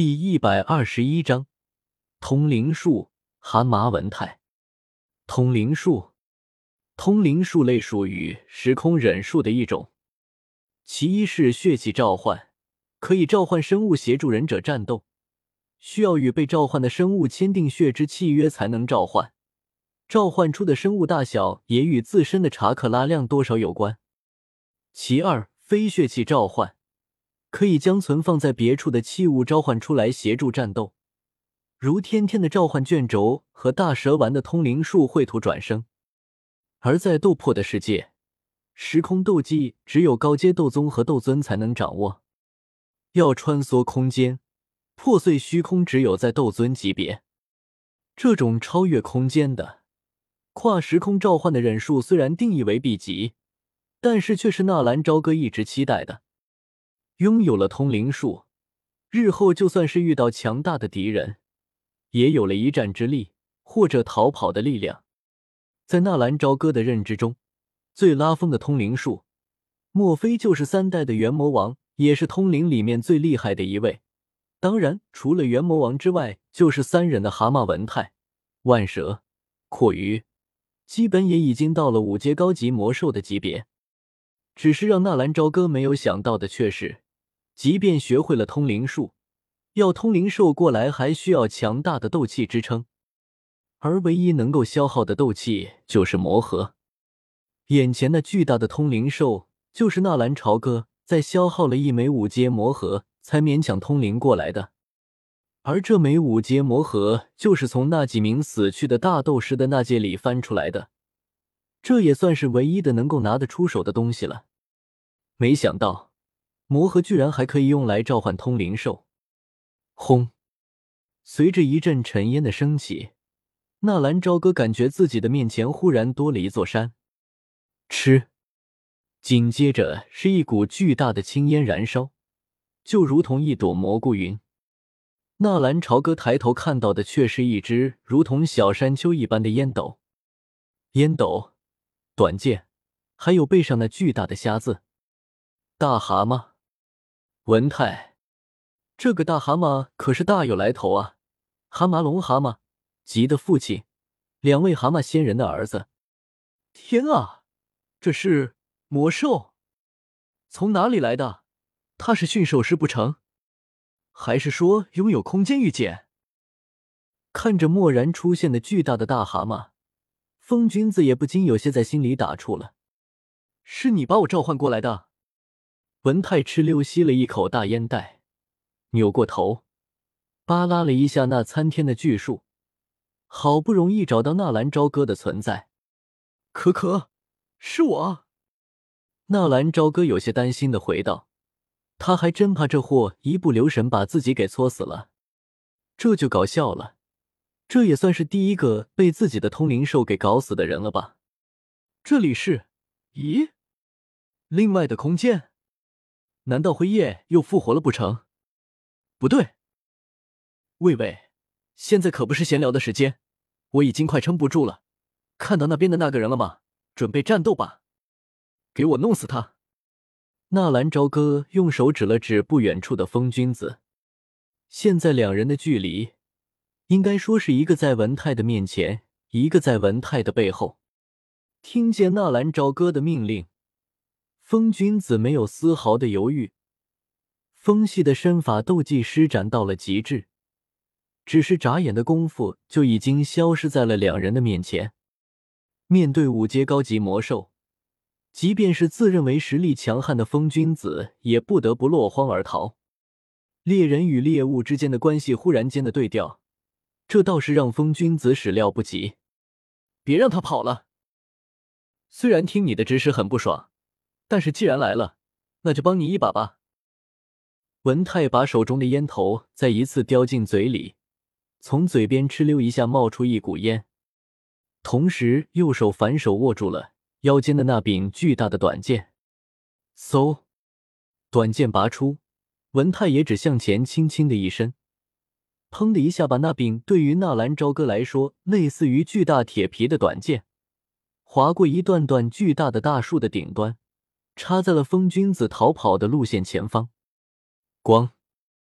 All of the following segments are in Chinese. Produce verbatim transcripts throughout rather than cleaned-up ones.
第一百二十一章通灵术蛤蟆文态。通灵术，通灵术类属于时空忍术的一种，其一是血气召唤，可以召唤生物协助忍者战斗，需要与被召唤的生物签订血之契约才能召唤，召唤出的生物大小也与自身的查克拉量多少有关。其二，非血气召唤，可以将存放在别处的器物召唤出来协助战斗，如天天的召唤卷轴和大蛇丸的通灵术绘图转生。而在斗破的世界，时空斗技只有高阶斗宗和斗尊才能掌握，要穿梭空间，破碎虚空只有在斗尊级别。这种超越空间的跨时空召唤的忍术虽然定义为 B 级，但是却是纳兰朝歌一直期待的。拥有了通灵术，日后就算是遇到强大的敌人，也有了一战之力或者逃跑的力量。在纳兰朝歌的认知中，最拉风的通灵术莫非就是三代的元魔王，也是通灵里面最厉害的一位。当然除了元魔王之外，就是三人的蛤蟆文态、万蛇、阔鱼，基本也已经到了五阶高级魔兽的级别。只是让纳兰朝歌没有想到的却是，即便学会了通灵术，要通灵兽过来还需要强大的斗气支撑，而唯一能够消耗的斗气就是魔核。眼前那巨大的通灵兽就是纳兰朝歌在消耗了一枚五阶魔核才勉强通灵过来的，而这枚五阶魔核就是从那几名死去的大斗师的那界里翻出来的，这也算是唯一的能够拿得出手的东西了。没想到魔核居然还可以用来召唤通灵兽。轰！随着一阵尘烟的升起，纳兰朝歌感觉自己的面前忽然多了一座山。吃！紧接着是一股巨大的青烟燃烧，就如同一朵蘑菇云。纳兰朝歌抬头看到的却是一只如同小山丘一般的烟斗。烟斗、短剑，还有背上那巨大的虾字。大蛤蟆文态，这个大蛤蟆可是大有来头啊！蛤蟆龙蛤蟆吉的父亲，两位蛤蟆仙人的儿子。天啊，这是魔兽？从哪里来的？他是驯兽师不成？还是说拥有空间御剑？看着蓦然出现的巨大的大蛤蟆，风君子也不禁有些在心里打怵了。是你把我召唤过来的？文泰哧溜吸了一口大烟袋，扭过头扒拉了一下那参天的巨树，好不容易找到纳兰朝歌的存在。可可，是我。纳兰朝歌有些担心地回道，他还真怕这货一不留神把自己给搓死了。这就搞笑了，这也算是第一个被自己的通灵兽给搞死的人了吧？这里是……咦？另外的空间？难道辉夜又复活了不成？不对。喂喂，现在可不是闲聊的时间，我已经快撑不住了。看到那边的那个人了吗？准备战斗吧。给我弄死他！纳兰朝歌用手指了指不远处的风君子。现在两人的距离，应该说是一个在文泰的面前，一个在文泰的背后。听见纳兰朝歌的命令，风君子没有丝毫的犹豫，风系的身法斗技施展到了极致，只是眨眼的功夫就已经消失在了两人的面前。面对五阶高级魔兽，即便是自认为实力强悍的风君子也不得不落荒而逃。猎人与猎物之间的关系忽然间的对调，这倒是让风君子始料不及。别让他跑了！虽然听你的指使很不爽，但是既然来了，那就帮你一把吧。文泰把手中的烟头再一次叼进嘴里，从嘴边哧溜一下冒出一股烟，同时右手反手握住了腰间的那柄巨大的短剑。嗖，短剑拔出，文泰也只向前轻轻的一伸，砰的一下把那柄对于纳兰朝歌来说类似于巨大铁皮的短剑划过一段段巨大的大树的顶端，插在了风君子逃跑的路线前方。咣！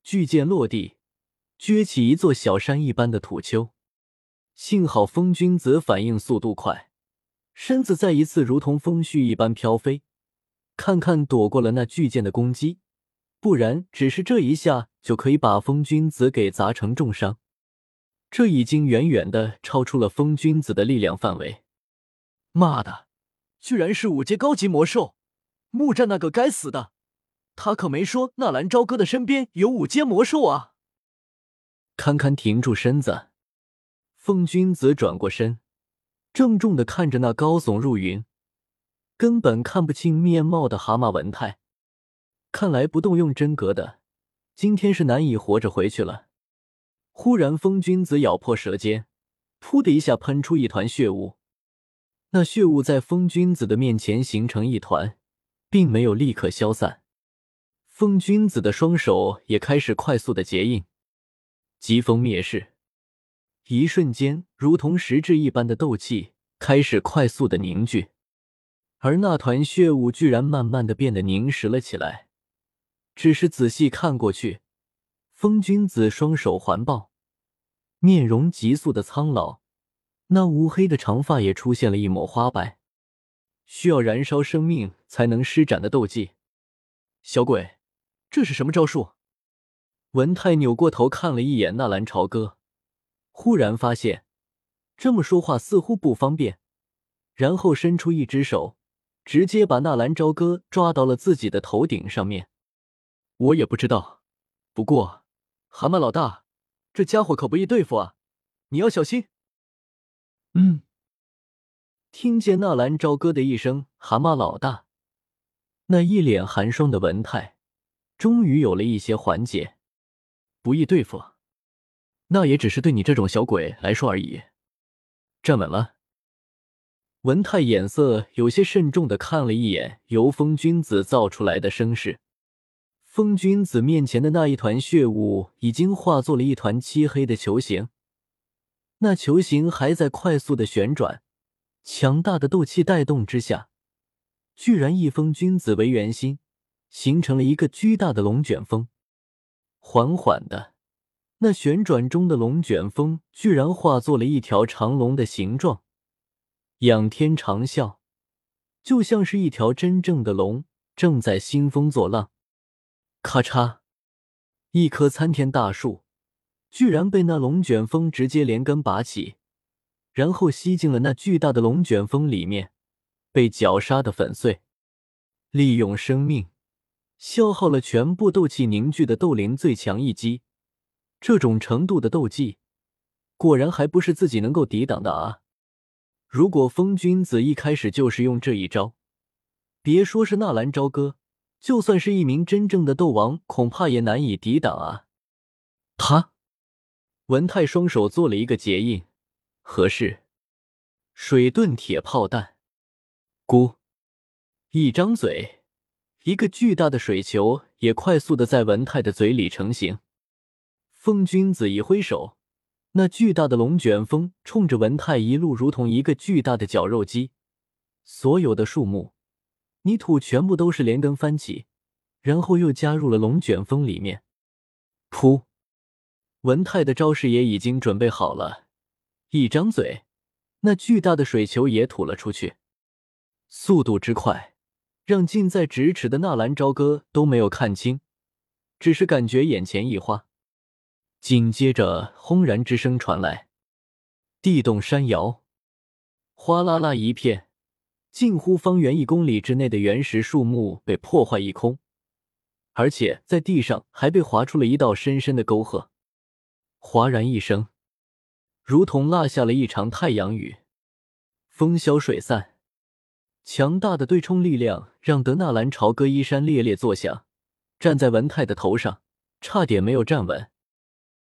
巨剑落地，撅起一座小山一般的土丘。幸好风君子反应速度快，身子再一次如同风絮一般飘飞，看看躲过了那巨剑的攻击，不然只是这一下就可以把风君子给砸成重伤。这已经远远的超出了风君子的力量范围。妈的，居然是五阶高级魔兽！木战那个该死的，他可没说纳兰朝歌的身边有五阶魔兽啊！堪堪停住身子，风君子转过身，郑重地看着那高耸入云、根本看不清面貌的蛤蟆文泰。看来不动用真格的，今天是难以活着回去了。忽然风君子咬破舌尖，噗的一下喷出一团血雾。那血雾在风君子的面前形成一团，并没有立刻消散。风君子的双手也开始快速的结印，疾风灭世。一瞬间，如同实质一般的斗气开始快速的凝聚，而那团血雾居然慢慢的变得凝实了起来。只是仔细看过去，风君子双手环抱，面容急速的苍老，那乌黑的长发也出现了一抹花白，需要燃烧生命才能施展的斗技。小鬼，这是什么招数？文泰扭过头看了一眼纳兰朝歌，忽然发现这么说话似乎不方便，然后伸出一只手，直接把纳兰朝歌抓到了自己的头顶上面。我也不知道，不过蛤蟆老大，这家伙可不易对付啊，你要小心。嗯。听见纳兰朝歌的一声蛤蟆老大，那一脸寒霜的文泰终于有了一些缓解。不易对付，那也只是对你这种小鬼来说而已。站稳了。文泰眼色有些慎重地看了一眼由风君子造出来的声势。风君子面前的那一团血雾已经化作了一团漆黑的球形，那球形还在快速的旋转，强大的斗气带动之下，居然以风君子为圆心，形成了一个巨大的龙卷风。缓缓的，那旋转中的龙卷风居然化作了一条长龙的形状，仰天长啸，就像是一条真正的龙正在兴风作浪。咔嚓，一棵参天大树居然被那龙卷风直接连根拔起，然后吸进了那巨大的龙卷风里面，被绞杀的粉碎。利用生命消耗了全部斗气凝聚的斗灵最强一击，这种程度的斗技果然还不是自己能够抵挡的啊！如果风君子一开始就是用这一招，别说是纳兰朝歌，就算是一名真正的斗王，恐怕也难以抵挡啊！他文泰双手做了一个结印，合适水遁铁炮弹。咕，一张嘴，一个巨大的水球也快速的在文泰的嘴里成型。风君子一挥手，那巨大的龙卷风冲着文泰一路如同一个巨大的绞肉机，所有的树木、泥土全部都是连根翻起，然后又加入了龙卷风里面。噗！文泰的招式也已经准备好了，一张嘴，那巨大的水球也吐了出去。速度之快，让近在咫尺的纳兰朝歌都没有看清，只是感觉眼前一花。紧接着轰然之声传来，地动山摇，哗啦啦一片，近乎方圆一公里之内的原石树木被破坏一空，而且在地上还被划出了一道深深的沟壑。哗然一声，如同落下了一场太阳雨，风消水散。强大的对冲力量让得纳兰朝歌衣衫猎猎作响，站在文泰的头上，差点没有站稳。